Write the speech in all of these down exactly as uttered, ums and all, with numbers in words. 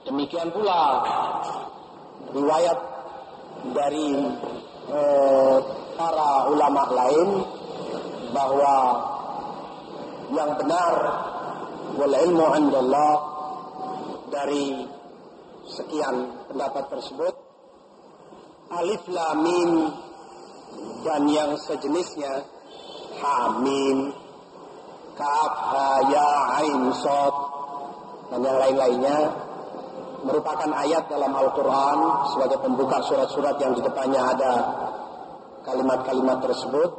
Demikian pula riwayat dari eh, para ulama lain bahwa yang benar wal ilmu 'indallah dari sekian pendapat tersebut, alif lam mim dan yang sejenisnya, ha mim, kaf ha ya ain shad dan yang lain-lainnya, merupakan ayat dalam Al-Quran sebagai pembuka surat-surat yang di depannya ada kalimat-kalimat tersebut.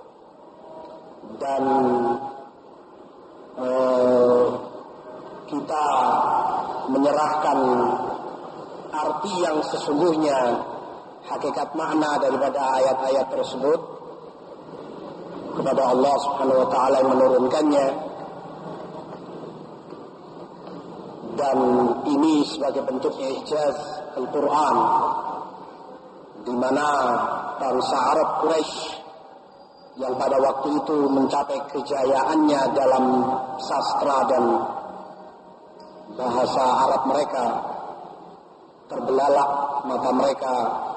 Dan eh, kita menyerahkan arti yang sesungguhnya, hakikat makna daripada ayat-ayat tersebut kepada Allah Subhanahu wa taala yang menurunkannya. Dan ini sebagai bentuk ijaz Al-Quran, di mana bangsa Arab Quraisy yang pada waktu itu mencapai kejayaannya dalam sastra dan bahasa Arab mereka, terbelalak mata mereka,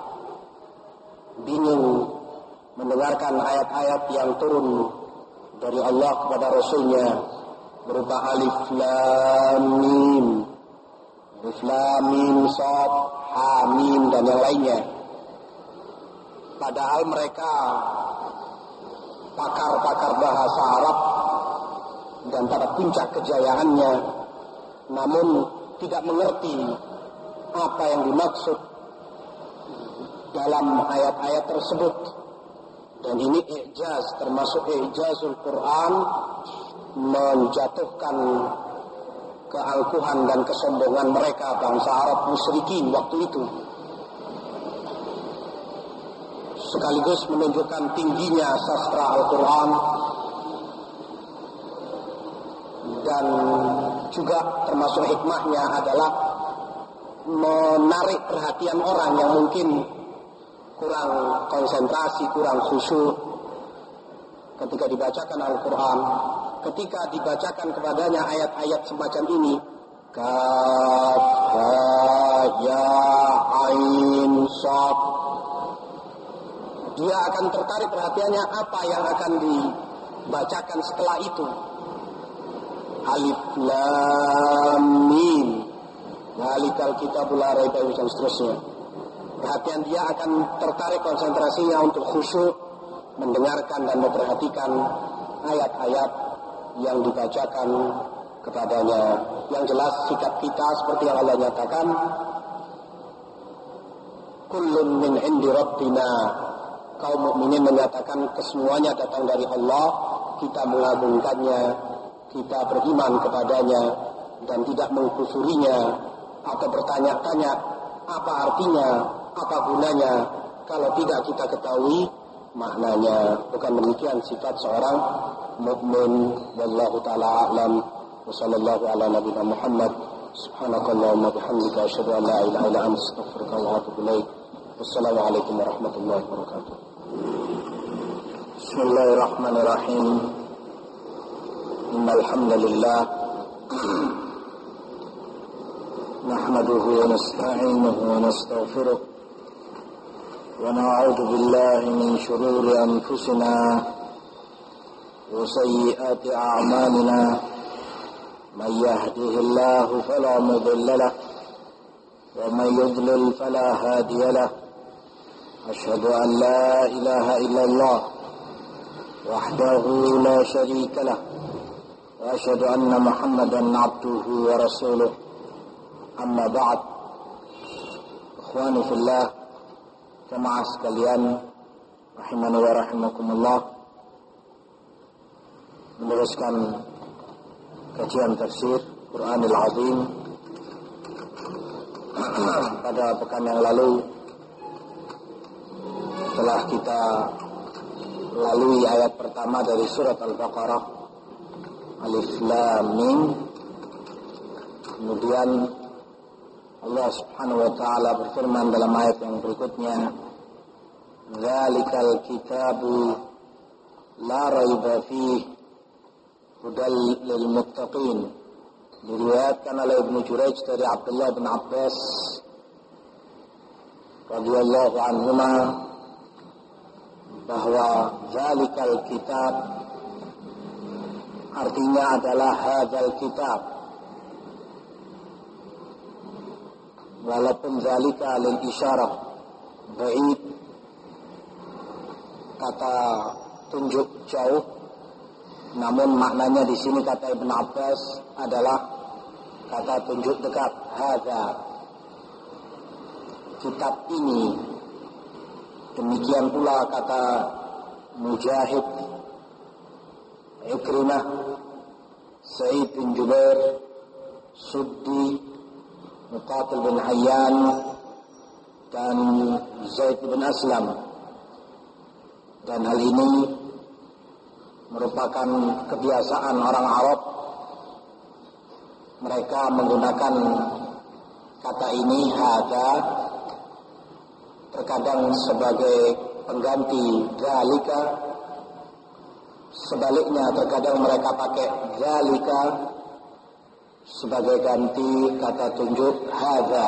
bingung mendengarkan ayat-ayat yang turun dari Allah kepada Rasulnya berupa alif lam mim, alif lam mim shad, ha mim dan yang lainnya. Padahal mereka pakar-pakar bahasa Arab dan pada puncak kejayaannya, namun tidak mengerti apa yang dimaksud dalam ayat-ayat tersebut. Dan ini ijaz, termasuk ijazul Quran, menjatuhkan keangkuhan dan kesombongan mereka, bangsa Arab musyrikin waktu itu, sekaligus menunjukkan tingginya sastra Al-Quran dan juga termasuk hikmahnya adalah menarik perhatian orang yang mungkin kurang konsentrasi, kurang khusyuk ketika dibacakan Al-Quran. Ketika dibacakan kepadanya ayat-ayat semacam ini, kaf ha ya ain shad, dia akan tertarik perhatiannya apa yang akan dibacakan setelah itu. Alif lam mim, zalikal kitabul la raiba fihi, dan seterusnya. Perhatian dia akan tertarik konsentrasinya untuk khusyuk mendengarkan dan memperhatikan ayat-ayat yang dibacakan kepadanya. Yang jelas sikap kita seperti yang Allah nyatakan, kullun min indi rabbina. Kaum mukminin menyatakan kesemuanya datang dari Allah, kita mengagungkannya, kita beriman kepadanya dan tidak mengkufurinya atau bertanya-tanya apa artinya, apa gunanya kalau tidak kita ketahui maknanya. Bukan demikian sifat seorang mukmin. Wallahu taala a'lam. Wa sallallahu ala nabiyina Muhammad. Subhanakallahumma bihamdika asyhadu an la ilaha illa anta astaghfiruka wa atubu ilaik. Wassalamualaikum warahmatullahi wabarakatuh. Bismillahirrahmanirrahim. Innal hamdalillah nahmaduhu wa nasta'inuhu wa nastaghfiruh wa na'udzu billahi min shururi anfusina wa sayyiati a'malina. Man yahdihillahu fala mudilla lahu wa man yudlil fala hadiya lahu. Asyhadu an la ilaha illallah wahdahu la syarika lahu wa asyhadu anna Muhammadan abduhu wa rasuluh. Amma ba'd. Ikhwani fillah, jamaah sekalian rahimani wa rahimakumullah, meneruskan kajian tafsir Quranul Azim. Pada pekan yang lalu telah kita lalui ayat pertama dari surat Al-Baqarah, Alif Lam Mim. Kemudian Allah Subhanahu wa taala berfirman dalam ayat yang berikutnya, "Dzalikal kitabu la raiba fihi hudal lil muttaqin." Diriwayatkan oleh Ibnu Jurayj dari Abdullah bin Abbas radhiyallahu anhuma bahwa zalikal kitab artinya adalah hadzal kitab, walaupun zalika lil isyarah ba'id, kata tunjuk jauh, namun maknanya di sini kata Ibn Abbas adalah kata tunjuk dekat. Hadza, kitab ini. Demikian pula kata Mujahid, Ikrimah, Sa'id bin Jubair, Suddi, Muqatil bin Hayyan, dan Zaid bin Aslam. Dan hal ini merupakan kebiasaan orang Arab. Mereka menggunakan kata ini hadza terkadang sebagai pengganti zalika, sebaliknya terkadang mereka pakai zalika sebagai ganti kata tunjuk hadza.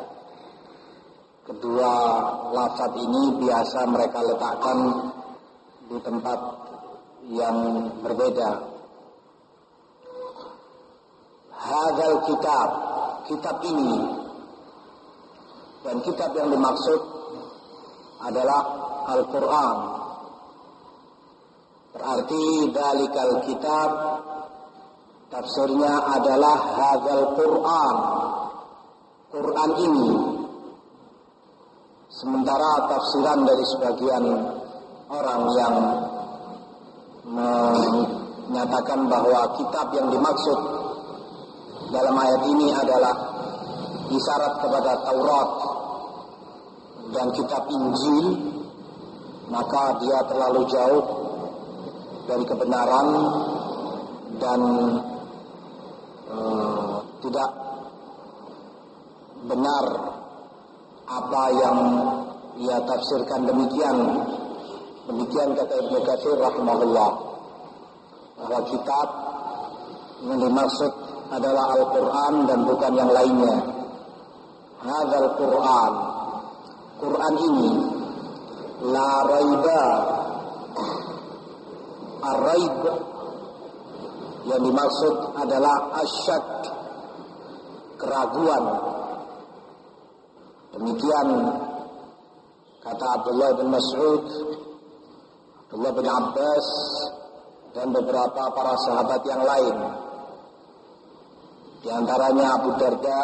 Kedua lafaz ini biasa mereka letakkan di tempat yang berbeda. Hadzal kitab, kitab ini, dan kitab yang dimaksud adalah Al-Quran. Berarti dalikal kitab tafsirnya adalah hadzal Quran, Quran ini. Sementara tafsiran dari sebagian orang yang menyatakan bahwa kitab yang dimaksud dalam ayat ini adalah isyarat kepada Taurat dan kitab Injil, maka dia terlalu jauh dari kebenaran dan uh, tidak benar apa yang ia tafsirkan demikian. Demikian kata Ibnu Katsir rahimahullah, bahwa kitab yang dimaksud adalah Al-Quran dan bukan yang lainnya. Hadzal Quran, Quran ini la raiba, ar-raib yang dimaksud adalah asyak, keraguan. Demikian kata Abdullah bin Mas'ud, Abdullah bin Abbas, dan beberapa para sahabat yang lain. Di antaranya Abu Darda,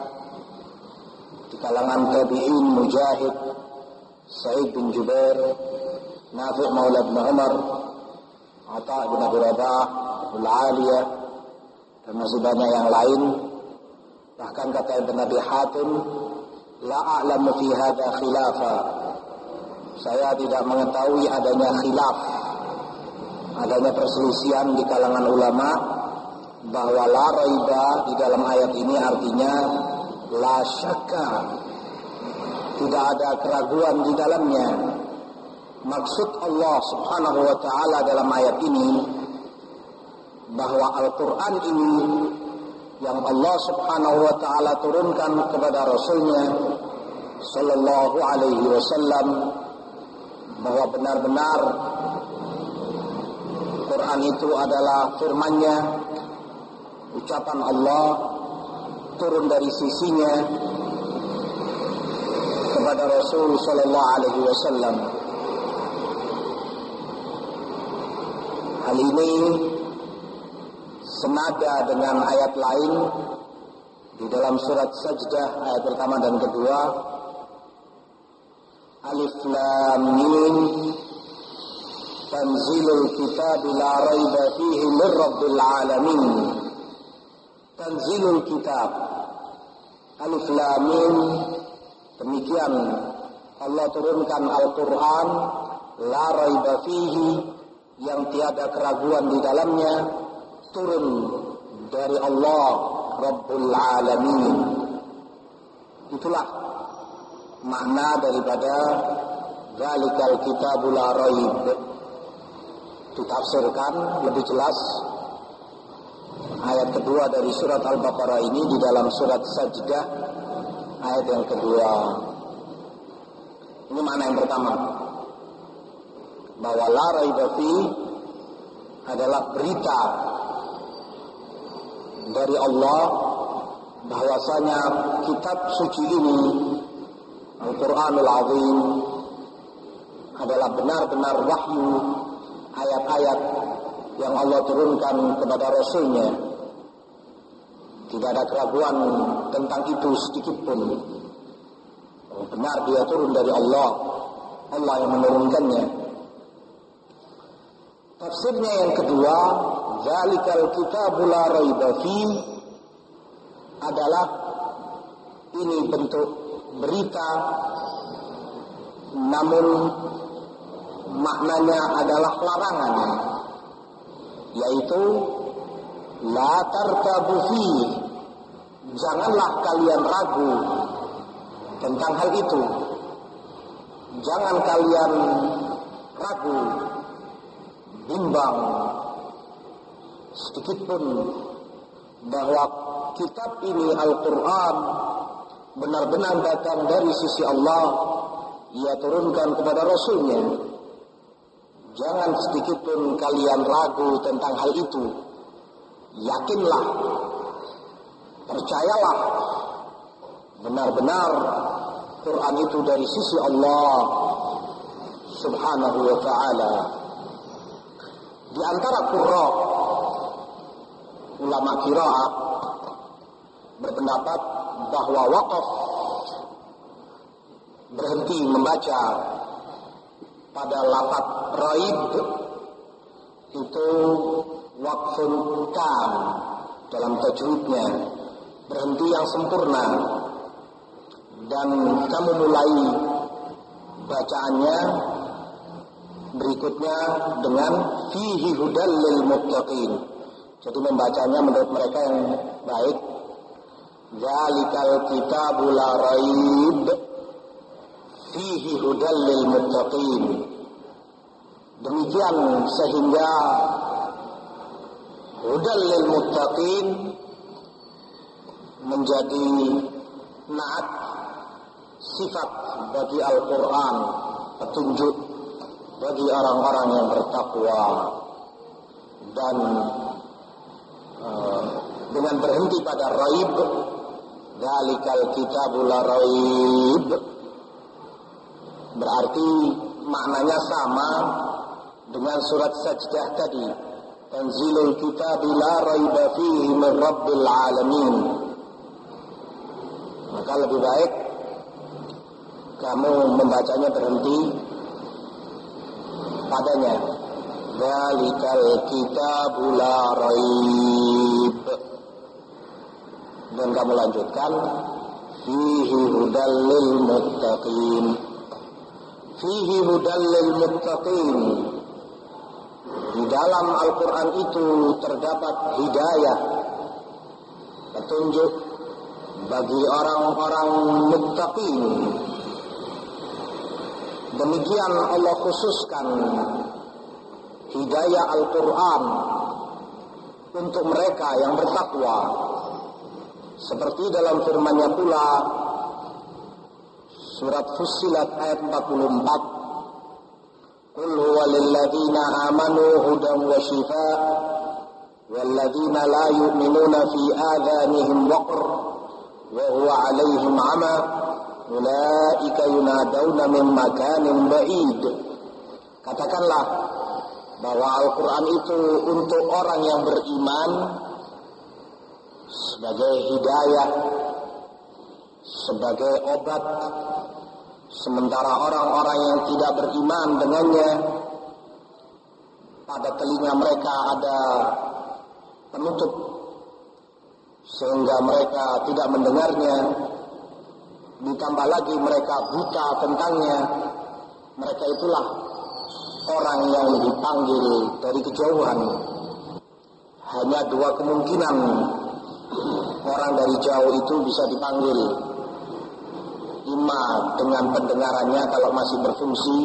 di kalangan tabi'in Mujahid, Sa'id bin Jubair, Nafi' Maula bin Umar, Atha bin Abi Rabah, Abu Aliyah, dan masih banyak yang lain. Bahkan kata Ibn Abi Hatim, la a'lamu fi hadha khilafa, saya tidak mengetahui adanya khilaf, adanya perselisihan di kalangan ulama, bahwa la raiba di dalam ayat ini artinya la syakka, tidak ada keraguan di dalamnya. Maksud Allah subhanahu wa ta'ala dalam ayat ini bahwa Al-Quran ini yang Allah subhanahu wa ta'ala turunkan kepada Rasulnya sallallahu alaihi wasallam, bahwa benar-benar Quran itu adalah firman-Nya, ucapan Allah, turun dari sisinya kepada Rasul sallallahu alaihi wasallam. Hal ini senada dengan ayat lain di dalam surat Sajdah ayat pertama dan kedua, Alif Lam Mim, Tanzilul Kitab la raiba fihi min Rabbil Alamin. Tanzilul Kitab, Alif Lam Mim, demikian Allah turunkan Al-Quran, la raiba fihi, yang tiada keraguan di dalamnya, turun dari Allah Rabbul Alamin. Itulah makna daripada zalikal kitabul la raib. Ditafsirkan lebih jelas ayat kedua dari surat Al-Baqarah ini di dalam surat Sajdah ayat yang kedua. Ini makna yang pertama, bahwa la raiba fi adalah berita dari Allah bahwasanya kitab suci ini Al-Quranul Azim adalah benar-benar wahyu, ayat-ayat yang Allah turunkan kepada Rasulnya. Tidak ada keraguan tentang itu sedikit pun. Benar dia turun dari Allah, Allah yang menurunkannya. Tafsirnya yang kedua, zalikal kitabul la raiba fi adalah ini bentuk berita, namun maknanya adalah larangan, yaitu la tartabu fi, janganlah kalian ragu tentang hal itu. Jangan kalian ragu, bimbang sedikit pun bahwa kitab ini Al-Quran benar-benar datang dari sisi Allah, ia turunkan kepada Rasulnya. Jangan sedikit pun kalian ragu tentang hal itu. Yakinlah, percayalah, benar-benar Quran itu dari sisi Allah Subhanahu wa ta'ala. Di antara qurra, ulama qiraah berpendapat bahwa waqaf, berhenti membaca pada lafaz raib, itu waqfun tam dalam tajwidnya, berhenti yang sempurna, dan kamu mulai bacaannya berikutnya dengan fihi hudal lil muttaqin. Jadi membacanya menurut mereka yang baik, zalikal kitabul la raib fihi hudal lil muttaqin. Demikian sehingga hudal lil muttaqin menjadi naat sifat bagi Al-Quran, petunjuk bagi orang-orang yang bertakwa. Dan uh, dengan berhenti pada raib, zalikal kitabul la raib, berarti maknanya sama dengan surat Sajdah tadi, tanzilul kitabi la raiba fihi min rabbil alamin. Maka lebih baik kamu membacanya berhenti padanya, zalikal kitabul la raib, dan kamu lanjutkan fihi hudal lil muttaqin. Fihi hudal lil muttaqin, di dalam Al-Quran itu terdapat hidayah, petunjuk bagi orang-orang muttaqin. Demikian Allah khususkan hidayah Al-Quran untuk mereka yang bertakwa. Seperti dalam firman-Nya pula surat Fussilat ayat empat puluh empat, Qul huwa lilladzina amanu hudan wa shifaa walladzina la yu'minuna fi adhanihim waqr wa huwa 'alaihim 'ama ulaika yunadawna min makanin ba'id. Katakanlah bahwa Al-Quran itu untuk orang yang beriman sebagai hidayah, sebagai obat, sementara orang-orang yang tidak beriman dengannya, pada telinga mereka ada penutup sehingga mereka tidak mendengarnya. Ditambah lagi mereka buta tentangnya. Mereka itulah orang yang dipanggil dari kejauhan. Hanya dua kemungkinan orang dari jauh itu bisa dipanggil. Ima dengan pendengarannya kalau masih berfungsi,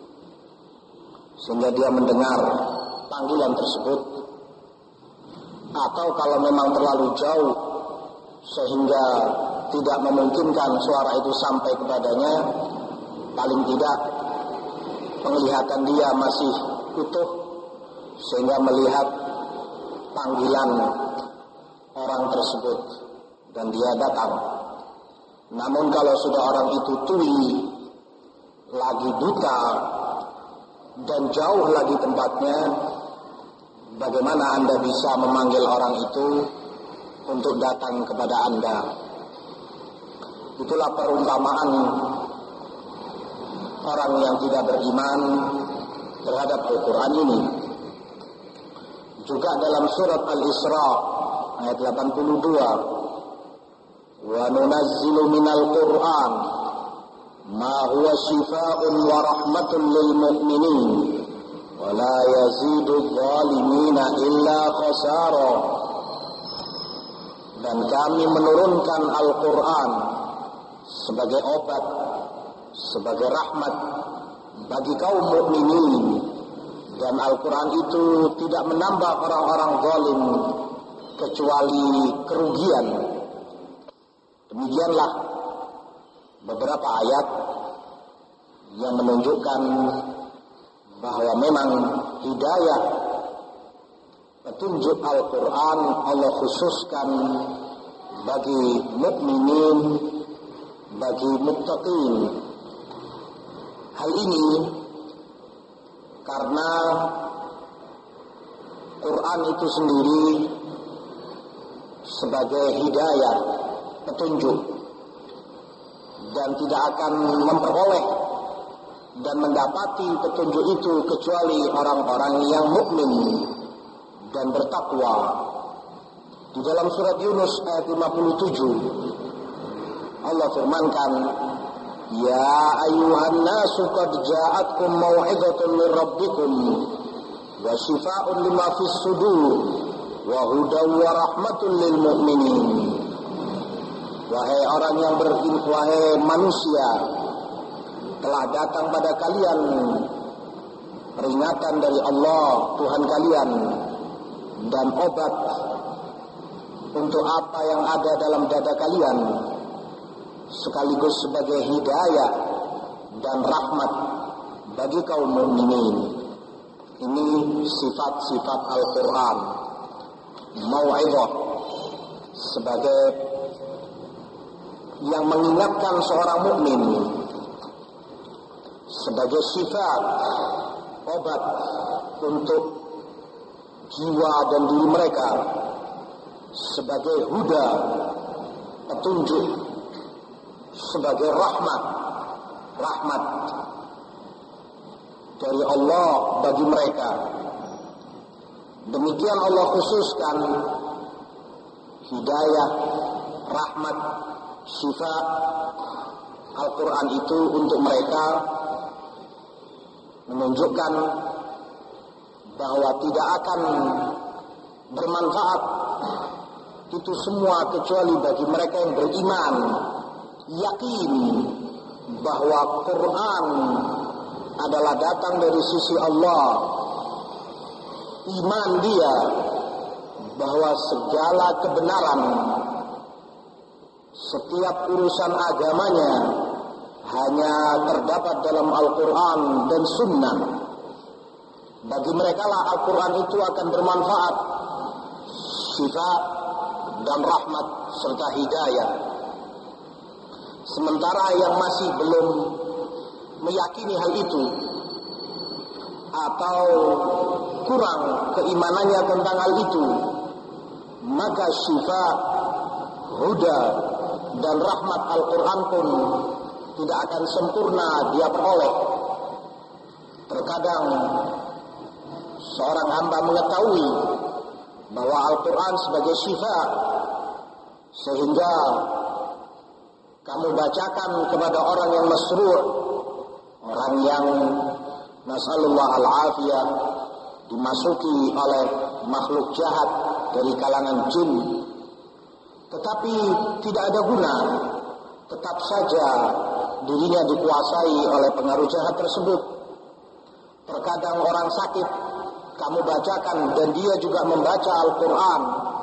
sehingga dia mendengar panggilan tersebut. atau kalau memang terlalu jauh sehingga tidak memungkinkan suara itu sampai kepadanya, paling tidak penglihatan dia masih utuh sehingga melihat panggilan orang tersebut dan dia datang. Namun kalau sudah orang itu tuli, lagi buta dan jauh lagi tempatnya, bagaimana Anda bisa memanggil orang itu untuk datang kepada Anda? Itulah perumpamaan orang yang tidak beriman terhadap Al-Quran ini. Juga dalam surat Al-Isra ayat delapan puluh dua, wa nunazzilu minal Qur'an ma huwa shifaa'un wa rahmatun lil mu'minin wa la yazidu adh-dhalimina illa khasara. Dan kami menurunkan Al-Quran sebagai obat, sebagai rahmat bagi kaum mukminin, dan Al-Quran itu tidak menambah orang-orang zalim kecuali kerugian. Demikianlah beberapa ayat yang menunjukkan bahwa memang hidayah petunjuk Al-Quran Allah khususkan bagi mukminin, bagi muttaqin. Hal ini karena Quran itu sendiri sebagai hidayah, petunjuk, dan tidak akan memperoleh dan mendapati petunjuk itu kecuali orang-orang yang mukmin dan bertakwa. Di dalam surat Yunus ayat lima puluh tujuh Allah firmankan, ya ayyuhan nasu qad ja'atkum mau'izatun min rabbikum wa shifaa'un lima fis sudur wa hudaw wa rahmatun lil mu'minin. Wahai orang yang beriman, wahai manusia, telah datang pada kalian peringatan dari Allah Tuhan kalian dan obat untuk apa yang ada dalam dada kalian, sekaligus sebagai hidayah dan rahmat bagi kaum mukminin. Ini sifat-sifat Al-Quran. Mau'izah sebagai yang mengingatkan seorang mukmin, sebagai sifat obat untuk jiwa dan diri mereka, sebagai huda, petunjuk, sebagai rahmat, rahmat dari Allah bagi mereka. Demikian Allah khususkan hidayah, rahmat, syifa Al-Quran itu untuk mereka, menunjukkan bahwa tidak akan bermanfaat itu semua kecuali bagi mereka yang beriman, yakin bahwa Quran adalah datang dari sisi Allah, iman dia bahwa segala kebenaran setiap urusan agamanya hanya terdapat dalam Al-Quran dan Sunnah. Bagi mereka lah Al-Quran itu akan bermanfaat, sifat dan rahmat serta hidayah. Sementara yang masih belum meyakini hal itu atau kurang keimanannya tentang hal itu, maka sifat, huda dan rahmat Al-Quran pun tidak akan sempurna dia peroleh. Terkadang seorang hamba mengetahui bahwa Al-Quran sebagai sifat, sehingga kamu bacakan kepada orang yang masru', orang yang nasallallahu al-afiyah, dimasuki oleh makhluk jahat dari kalangan jin, tetapi tidak ada guna, tetap saja dirinya dikuasai oleh pengaruh jahat tersebut. Terkadang orang sakit kamu bacakan dan dia juga membaca Al-Quran,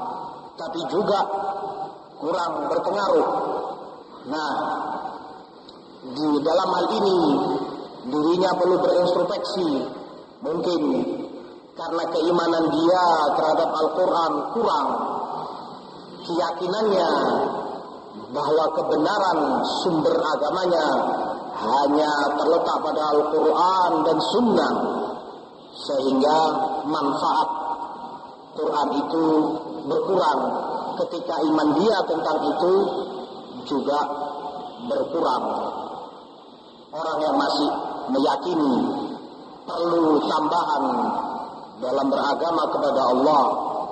tapi juga kurang berpengaruh. Nah, di dalam hal ini dirinya perlu berintrospeksi. Mungkin karena keimanan dia terhadap Al-Quran kurang, keyakinannya bahwa kebenaran sumber agamanya hanya terletak pada Al-Quran dan Sunnah, sehingga manfaat Quran itu berkurang. Ketika iman dia tentang itu juga berkurang. Orang yang masih meyakini perlu tambahan dalam beragama kepada Allah,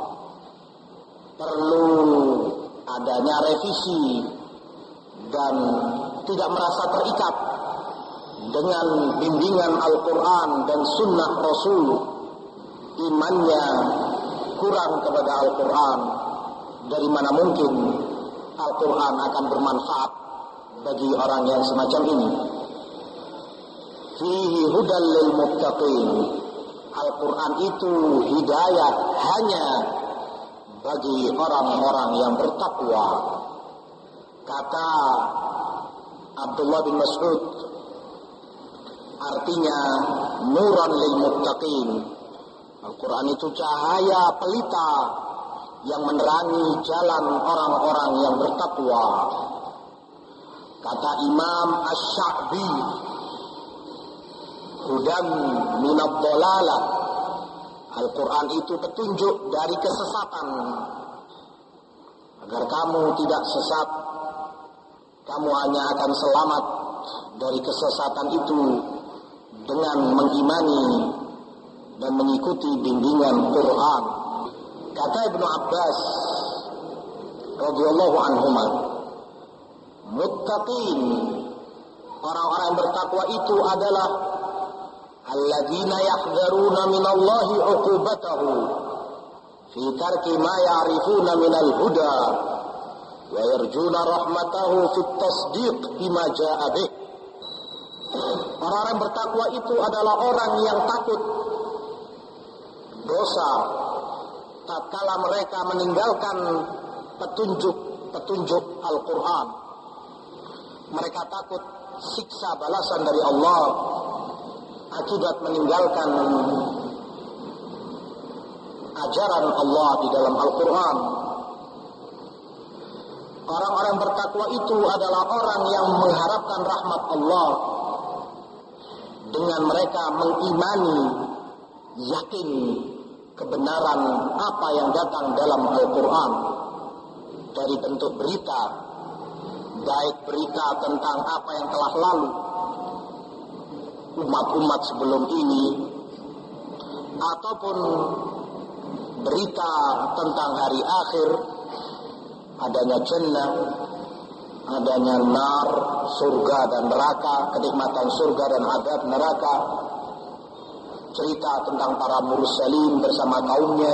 perlu adanya revisi, dan tidak merasa terikat dengan bimbingan Al-Quran dan Sunnah Rasul, imannya kurang kepada Al-Quran. Dari mana mungkin Al-Quran akan bermanfaat bagi orang yang semacam ini? Fihi hudal lil muttaqin. Al-Quran itu hidayah hanya bagi orang-orang yang bertakwa. Kata Abdullah bin Mas'ud, artinya nuran lil muttaqin. Al-Quran itu cahaya pelita yang menerangi jalan orang-orang yang bertakwa. Kata Imam Asy-Sya'bi, hudan minad dhalalah. Al-Quran itu petunjuk dari kesesatan. Agar kamu tidak sesat, kamu hanya akan selamat dari kesesatan itu dengan mengimani dan mengikuti bimbingan Quran. Kata Ibnu Abbas radhiyallahu anhuma, muttaqin, orang-orang yang bertakwa itu adalah alladzina yahdharuna minallahi 'uqubatahu fi tarki ma ya'rifuna minal huda wa yarjuna rahmatahu fit tasdiq bima jaa'a bih. Orang-orang bertakwa itu adalah orang yang takut dosa tatkala mereka meninggalkan petunjuk-petunjuk Al-Quran. Mereka takut siksa balasan dari Allah akibat meninggalkan ajaran Allah di dalam Al-Quran. Orang-orang bertakwa itu adalah orang yang mengharapkan rahmat Allah dengan mereka mengimani, yakin kebenaran apa yang datang dalam Al-Quran dari bentuk berita, baik berita tentang apa yang telah lalu umat-umat sebelum ini, ataupun berita tentang hari akhir, adanya jannah, adanya nar, surga dan neraka, kenikmatan surga dan adab neraka, cerita tentang para mursalin bersama kaumnya,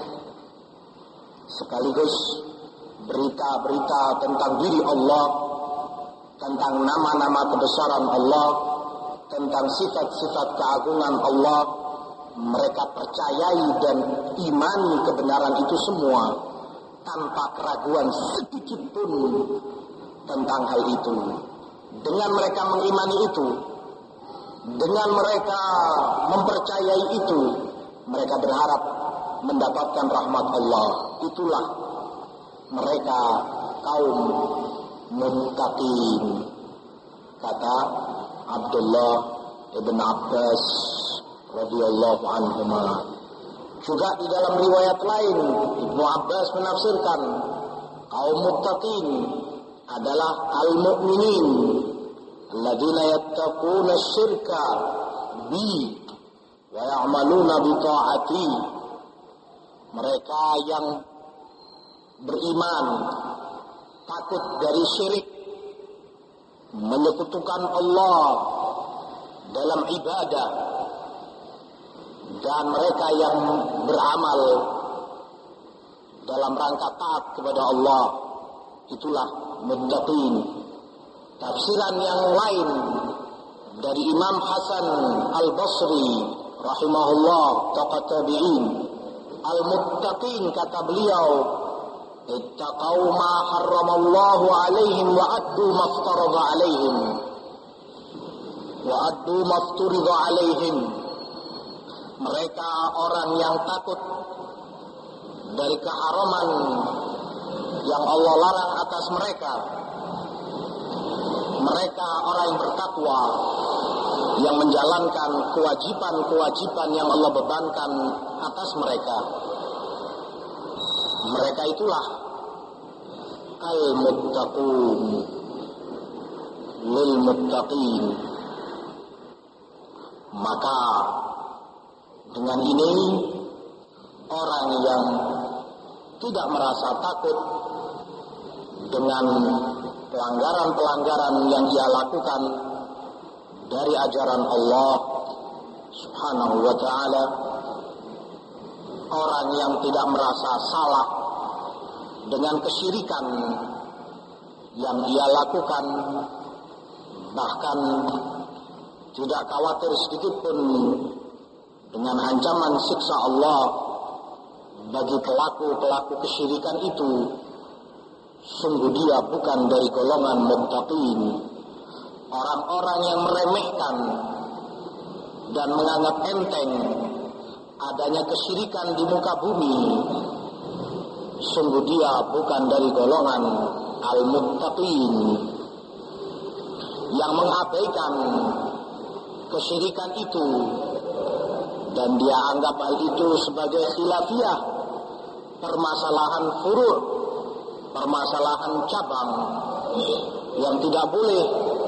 sekaligus berita-berita tentang diri Allah, tentang nama-nama kebesaran Allah, tentang sifat-sifat keagungan Allah. Mereka percayai dan imani kebenaran itu semua tanpa keraguan sedikit pun tentang hal itu. Dengan mereka mengimani itu, dengan mereka mempercayai itu, mereka berharap mendapatkan rahmat Allah. Itulah mereka kaum muttaqin. Kata Abdullah ibn Abbas radhiyallahu anhuma. Juga di dalam riwayat lain Ibnu Abbas menafsirkan kaum muttaqin adalah al-mu'minin alladzina yattaquna syirka bi wa ya'maluna bi ta'ati. Mereka yang beriman, takut dari syirik, menyekutukan Allah dalam ibadah, dan mereka yang beramal dalam rangka taat kepada Allah, itulah muttaqin. Tafsiran yang lain dari Imam Hasan Al-Basri rahimahullah, tokoh tabi'in, al-muttaqin kata beliau ittaqau ma harramallahu alaihim wa addu maftarada alaihim wa addu mafturida alaihim. Mereka orang yang takut dari keharaman yang Allah larang atas mereka. Mereka orang yang bertakwa, yang menjalankan kewajiban-kewajiban yang Allah bebankan atas mereka. Mereka itulah al-muttaqun lil muttaqin. Maka dengan ini orang yang tidak merasa takut dengan pelanggaran-pelanggaran yang ia lakukan dari ajaran Allah Subhanahu wa ta'ala, orang yang tidak merasa salah dengan kesyirikan yang ia lakukan, bahkan tidak khawatir sedikitpun dengan ancaman siksa Allah bagi pelaku-pelaku kesyirikan itu, sungguh dia bukan dari golongan muttaqin. Orang-orang yang meremehkan dan menganggap enteng adanya kesyirikan di muka bumi, sungguh dia bukan dari golongan al-muttaqin. Yang mengabaikan kesyirikan itu dan dia anggap hal itu sebagai khilafiyah, permasalahan furu', permasalahan cabang yang tidak boleh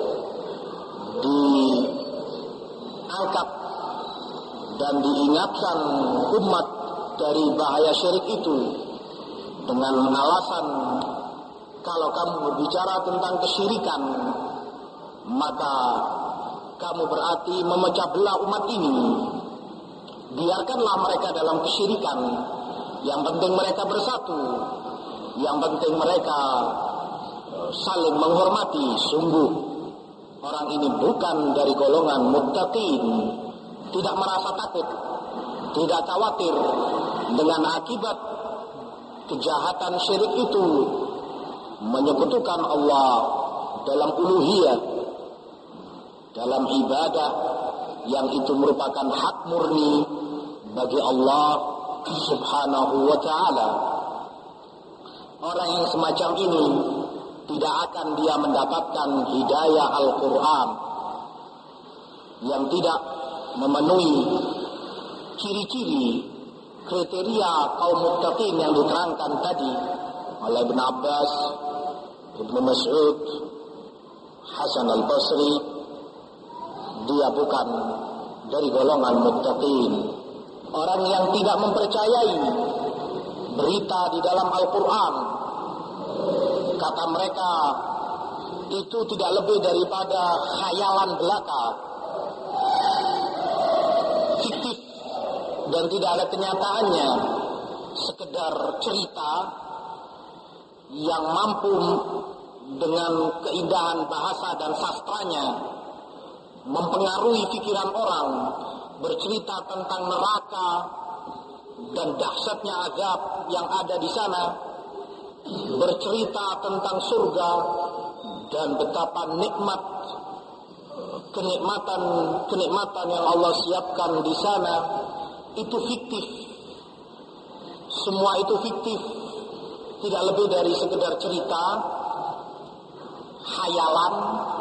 diangkat dan diingatkan umat dari bahaya syirik itu dengan alasan kalau kamu berbicara tentang kesyirikan maka kamu berarti memecah belah umat ini. Biarkanlah mereka dalam kesyirikan, yang penting mereka bersatu, yang penting mereka saling menghormati. Sungguh orang ini bukan dari golongan muttaqin, tidak merasa takut, tidak khawatir dengan akibat kejahatan syirik itu, menyekutukan Allah dalam uluhiyah, dalam ibadah yang itu merupakan hak murni bagi Allah Subhanahu wa ta'ala. Orang yang semacam ini tidak akan dia mendapatkan hidayah Al-Quran, yang tidak memenuhi ciri-ciri kriteria kaum muttaqin yang diterangkan tadi oleh Ibn Abbas, Ibn Mas'ud, Hasan Al-Basri. Dia bukan dari golongan muttaqin. Orang yang tidak mempercayai berita di dalam Al-Quran, kata mereka itu tidak lebih daripada khayalan belaka, fiktif dan tidak ada kenyataannya, sekedar cerita yang mampu dengan keindahan bahasa dan sastranya mempengaruhi pikiran orang, bercerita tentang neraka dan dahsyatnya azab yang ada di sana, bercerita tentang surga dan betapa nikmat kenikmatan kenikmatan yang Allah siapkan di sana. Itu fiktif, semua itu fiktif, tidak lebih dari sekedar cerita khayalan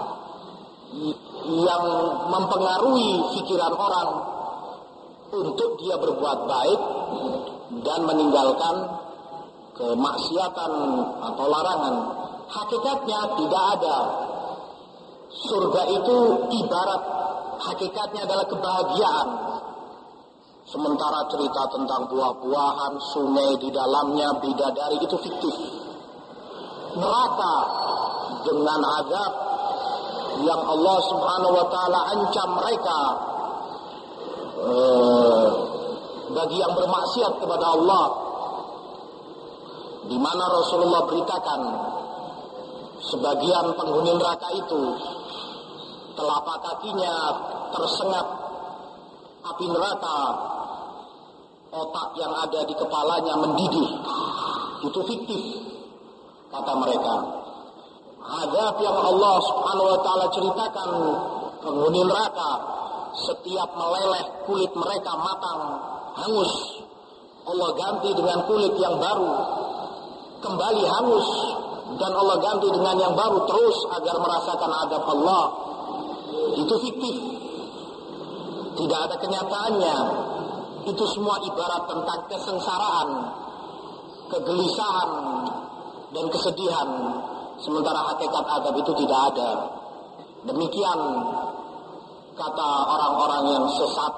yang mempengaruhi pikiran orang untuk dia berbuat baik dan meninggalkan kemaksiatan atau larangan. Hakikatnya tidak ada. Surga itu ibarat, hakikatnya adalah kebahagiaan. Sementara cerita tentang buah-buahan, sungai di dalamnya, bidadari, itu fiktif. Neraka dengan azab yang Allah Subhanahu wa ta'ala ancam mereka eh, bagi yang bermaksiat kepada Allah, di mana Rasulullah beritakan sebagian penghuni neraka itu telapak kakinya tersengat api neraka, otak yang ada di kepalanya mendidih. Itu fiktif. kata mereka. Azab yang Allah Subhanahu wa taala ceritakan penghuni neraka, setiap meleleh kulit mereka matang, hangus, Allah ganti dengan kulit yang baru, kembali hangus, dan Allah ganti dengan yang baru terus agar merasakan azab Allah. Itu fiktif, tidak ada kenyataannya. Itu semua ibarat tentang kesengsaraan, kegelisahan, dan kesedihan. Sementara hakikat azab itu tidak ada. Demikian kata orang-orang yang sesat,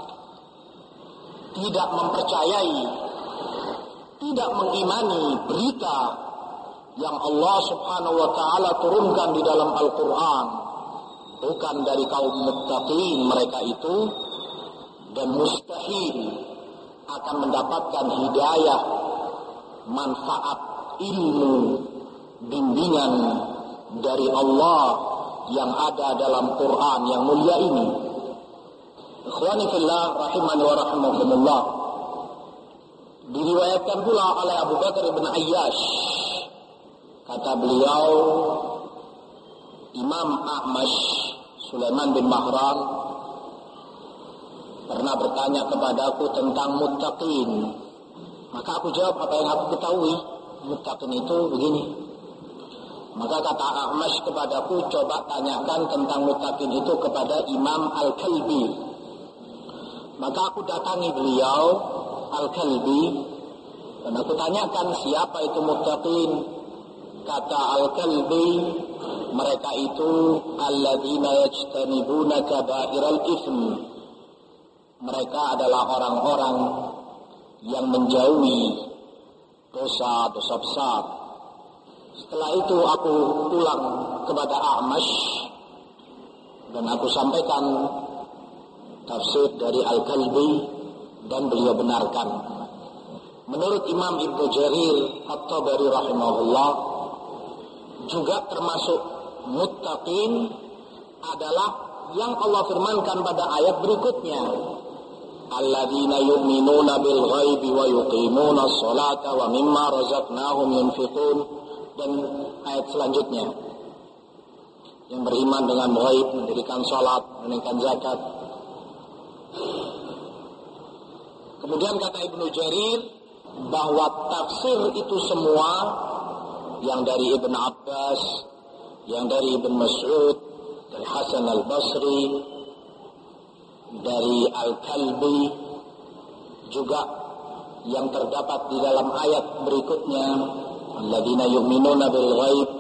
tidak mempercayai, tidak mengimani berita yang Allah Subhanahu wa taala turunkan di dalam Al-Qur'an. Bukan dari kaum muttaqin mereka itu, dan mustahil akan mendapatkan hidayah, manfaat, ilmu, bimbingan dari Allah yang ada dalam Quran yang mulia ini. Ikhwani fillah rahimani wa rahimakumullah. Diriwayatkan pula oleh Abu Bakar bin Ayyash, kata beliau, Imam A'mash Sulaiman bin Mahran pernah bertanya kepadaku tentang muttaqin. Maka aku jawab apa yang aku ketahui. Muttaqin itu begini. Maka kata A'mash kepadaku, coba tanyakan tentang muttaqin itu kepada Imam Al-Kalbi. Maka aku datangi beliau Al-Kalbi dan aku tanyakan siapa itu muttaqin. Kata Al-Kalbi, mereka itu alladzina yajtanibuna kaba'iral itsm. Mereka adalah orang-orang yang menjauhi dosa-dosa besar. Setelah itu aku pulang kepada A'mash dan aku sampaikan tafsir dari Al-Kalbi dan beliau benarkan. Menurut Imam Ibnu Jarir At-Tabari rahimahullah, juga termasuk muttaqin adalah yang Allah firmankan pada ayat berikutnya, alladzina yu'minuna bil ghaibi wa yuqimuna sholata wa mimma razaqnahum yunfiqun, dan ayat selanjutnya yang beriman dengan ghaib, mendirikan salat, menunaikan zakat. Kemudian kata Ibnu Jarir bahwa tafsir itu semua, yang dari Ibn Abbas, yang dari Ibn Mas'ud, dari Hasan al-Basri, dari Al-Kalbi, juga yang terdapat di dalam ayat berikutnya, alladzina yu'minuna bil ghaib,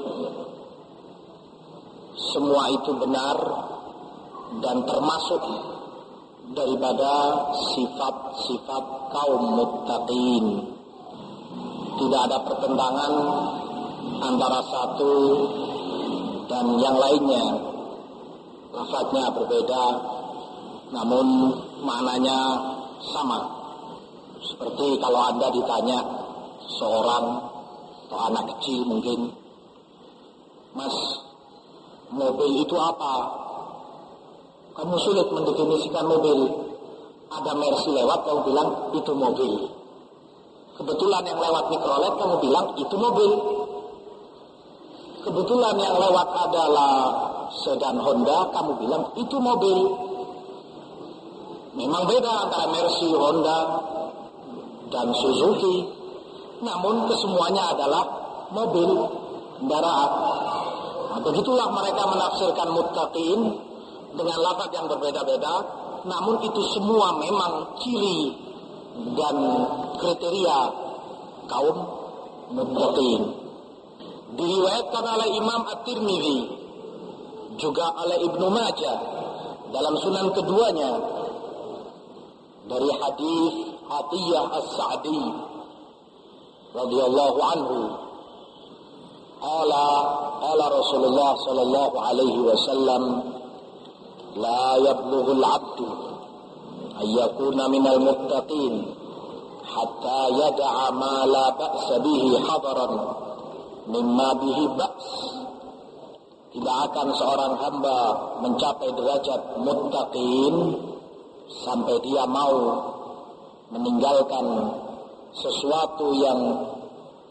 semua itu benar dan termasuk daripada sifat-sifat kaum muttaqin. Tidak ada pertentangan antara satu dan yang lainnya. Lafaznya berbeda, namun maknanya sama. Seperti kalau Anda ditanya seorang atau anak kecil mungkin, Mas, mobil itu apa? Kamu sulit mendefinisikan mobil. Ada Mercy lewat, kamu bilang itu mobil. Kebetulan yang lewat mikrolet, kamu bilang itu mobil. Kebetulan yang lewat adalah sedan Honda, kamu bilang itu mobil. Memang beda antara Mercy, Honda, dan Suzuki. Namun kesemuanya adalah mobil, kendaraan. Nah, begitulah mereka menafsirkan muttaqin dengan lafaz yang berbeda-beda. Namun itu semua memang ciri dan kriteria kaum muttaqin. Diriwayatkan oleh Imam At-Tirmidzi, juga oleh Ibnu Majah dalam sunan keduanya, dari hadis Atiyah As-Sa'di radhiyallahu anhu, qala qala Rasulullah sallallahu alaihi wasallam, la yablughul 'abdu ayyakuna minal muttaqin hatta yada'a ma la ba'sa bihi hadaran mimma bihi ba's. Tidak akan seorang hamba mencapai derajat muttaqin sampai dia mau meninggalkan sesuatu yang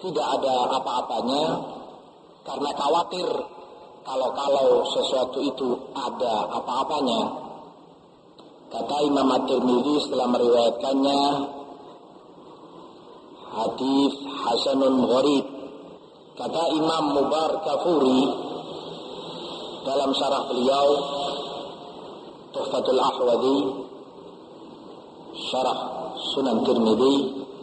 tidak ada apa-apanya karena khawatir kalau-kalau sesuatu itu ada apa-apanya. Kata Imam At-Tirmidzi setelah meriwayatkannya, hadis hasanun gharib. Kata Imam Mubarakfuri dalam syarah beliau Tuhfatul Ahwadhi, syarah Sunan Tirmidzi,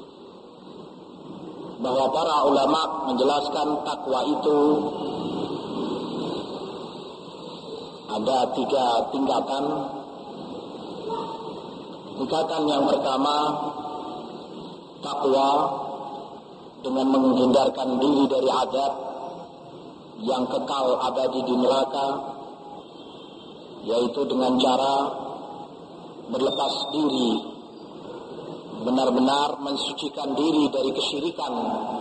bahwa para ulama menjelaskan takwa itu ada tiga tingkatan. Tingkatan yang pertama, takwa dengan menghindarkan diri dari azab yang kekal abadi di neraka, yaitu dengan cara berlepas diri, benar-benar mensucikan diri dari kesyirikan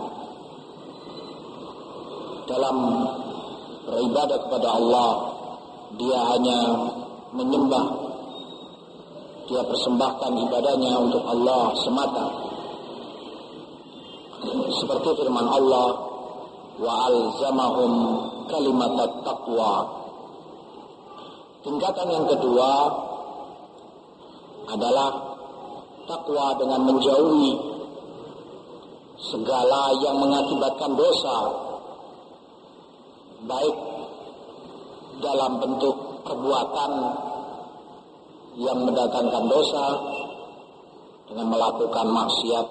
dalam beribadah kepada Allah. Dia hanya menyembah, dia persembahkan ibadahnya untuk Allah semata, seperti firman Allah, wa alzamahum kalimat taqwa. Tingkatan yang kedua adalah takwa dengan menjauhi segala yang mengakibatkan dosa, baik dalam bentuk perbuatan yang mendatangkan dosa dengan melakukan maksiat,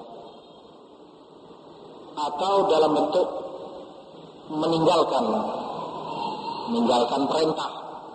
atau dalam bentuk meninggalkan meninggalkan perintah,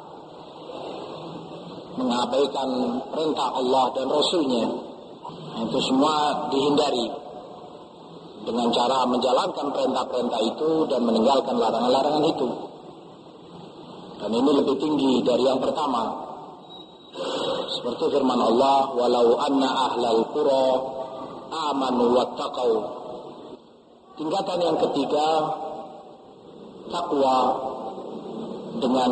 mengabaikan perintah Allah dan Rasulnya. Itu semua dihindari dengan cara menjalankan perintah-perintah itu dan meninggalkan larangan-larangan itu. Dan ini lebih tinggi dari yang pertama. Seperti firman Allah, walau anna ahlal qura amanu wattaqau. Tingkatan yang ketiga, takwa dengan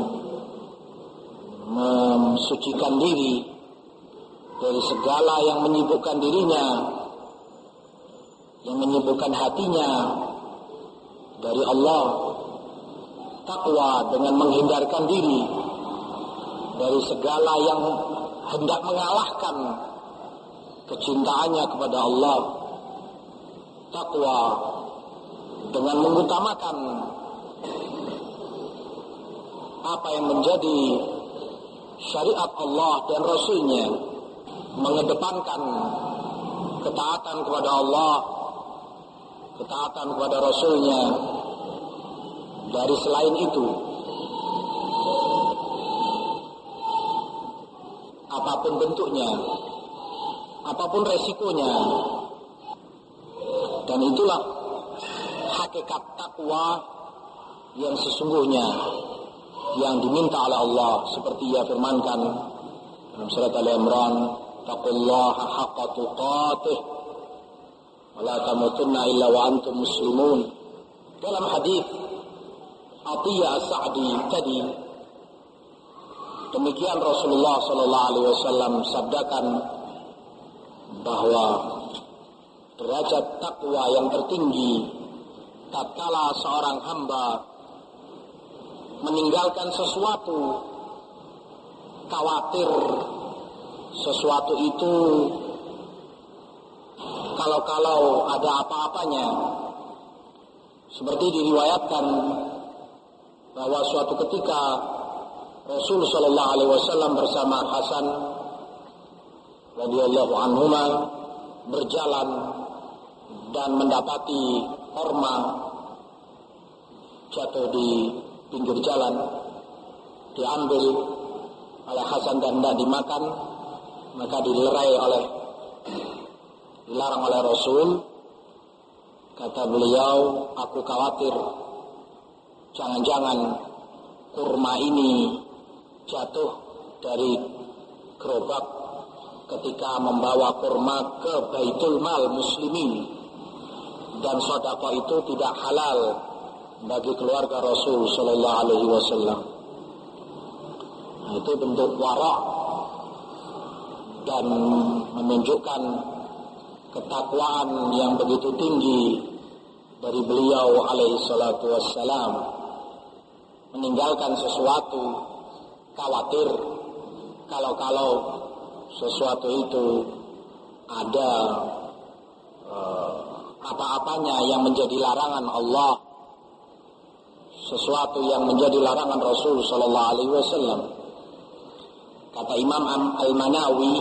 mensucikan diri dari segala yang menyibukkan dirinya, yang menyibukkan hatinya dari Allah. Takwa dengan menghindarkan diri dari segala yang hendak mengalahkan kecintaannya kepada Allah. Takwa dengan mengutamakan apa yang menjadi syariat Allah dan Rasulnya, mengedepankan ketaatan kepada Allah, ketaatan kepada Rasulnya dari selain itu. Apapun bentuknya, apapun resikonya. Dan itulah hakikat takwa yang sesungguhnya, yang diminta oleh Allah, seperti Ia firmankan dalam surat Al-Imran, taqullaha haqqa tuqatih wa la tamutunna illa wa antum muslimun. Dalam hadis Atiyah As-Sa'di tadi, demikian Rasulullah sallallahu alaihi wasallam sabdakan bahwa derajat takwa yang tertinggi tatkala seorang hamba meninggalkan sesuatu, khawatir sesuatu itu kalau-kalau ada apa-apanya. Seperti diriwayatkan bahwa suatu ketika Rasul sallallahu alaihi wasallam bersama Hasan radhiyallahu anhuma berjalan dan mendapati korma jatuh di pinggir jalan, diambil oleh Hasan dan tidak dimakan, maka dilerai oleh dilarang oleh Rasul. Kata beliau, aku khawatir jangan-jangan kurma ini jatuh dari gerobak ketika membawa kurma ke Baitul Mal Muslimin, dan sedekah itu tidak halal bagi keluarga Rasul sallallahu alaihi wasallam. Nah, itu bentuk wara' dan menunjukkan ketakwaan yang begitu tinggi dari beliau alaihi salatu wassalam meninggalkan sesuatu, khawatir kalau-kalau sesuatu itu ada uh, apa-apanya yang menjadi larangan Allah, sesuatu yang menjadi larangan Rasul sallallahu alaihi wasallam. Kata Imam Al-Manawi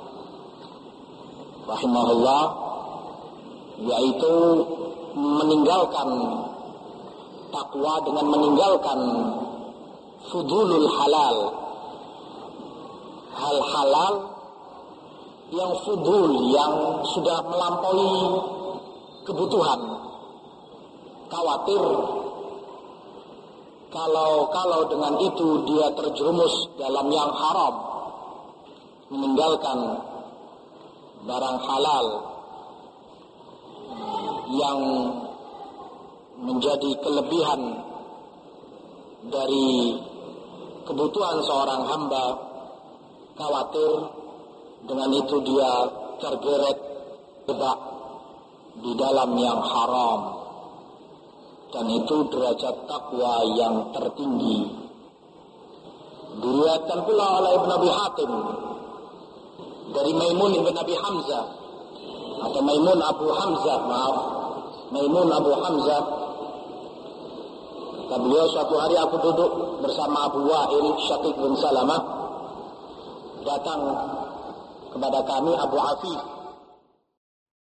rahimahullah, yaitu meninggalkan takwa dengan meninggalkan fudulul halal, hal halal yang fudul, yang sudah melampaui kebutuhan. Khawatir kalau-kalau dengan itu dia terjerumus dalam yang haram, meninggalkan barang halal yang menjadi kelebihan dari kebutuhan seorang hamba. Khawatir dengan itu dia tergeret jebak di dalam yang haram, dan itu derajat takwa yang tertinggi. Diriwayatkan pula oleh Ibn Abi Hatim dari Maimun ibn Abi Hamzah, atau Maimun Abu Hamzah, maaf, Maimun Abu Hamzah. Kata beliau, suatu hari aku duduk bersama Abu Wa'il Syaqiq bin Salamah, datang kepada kami Abu Afif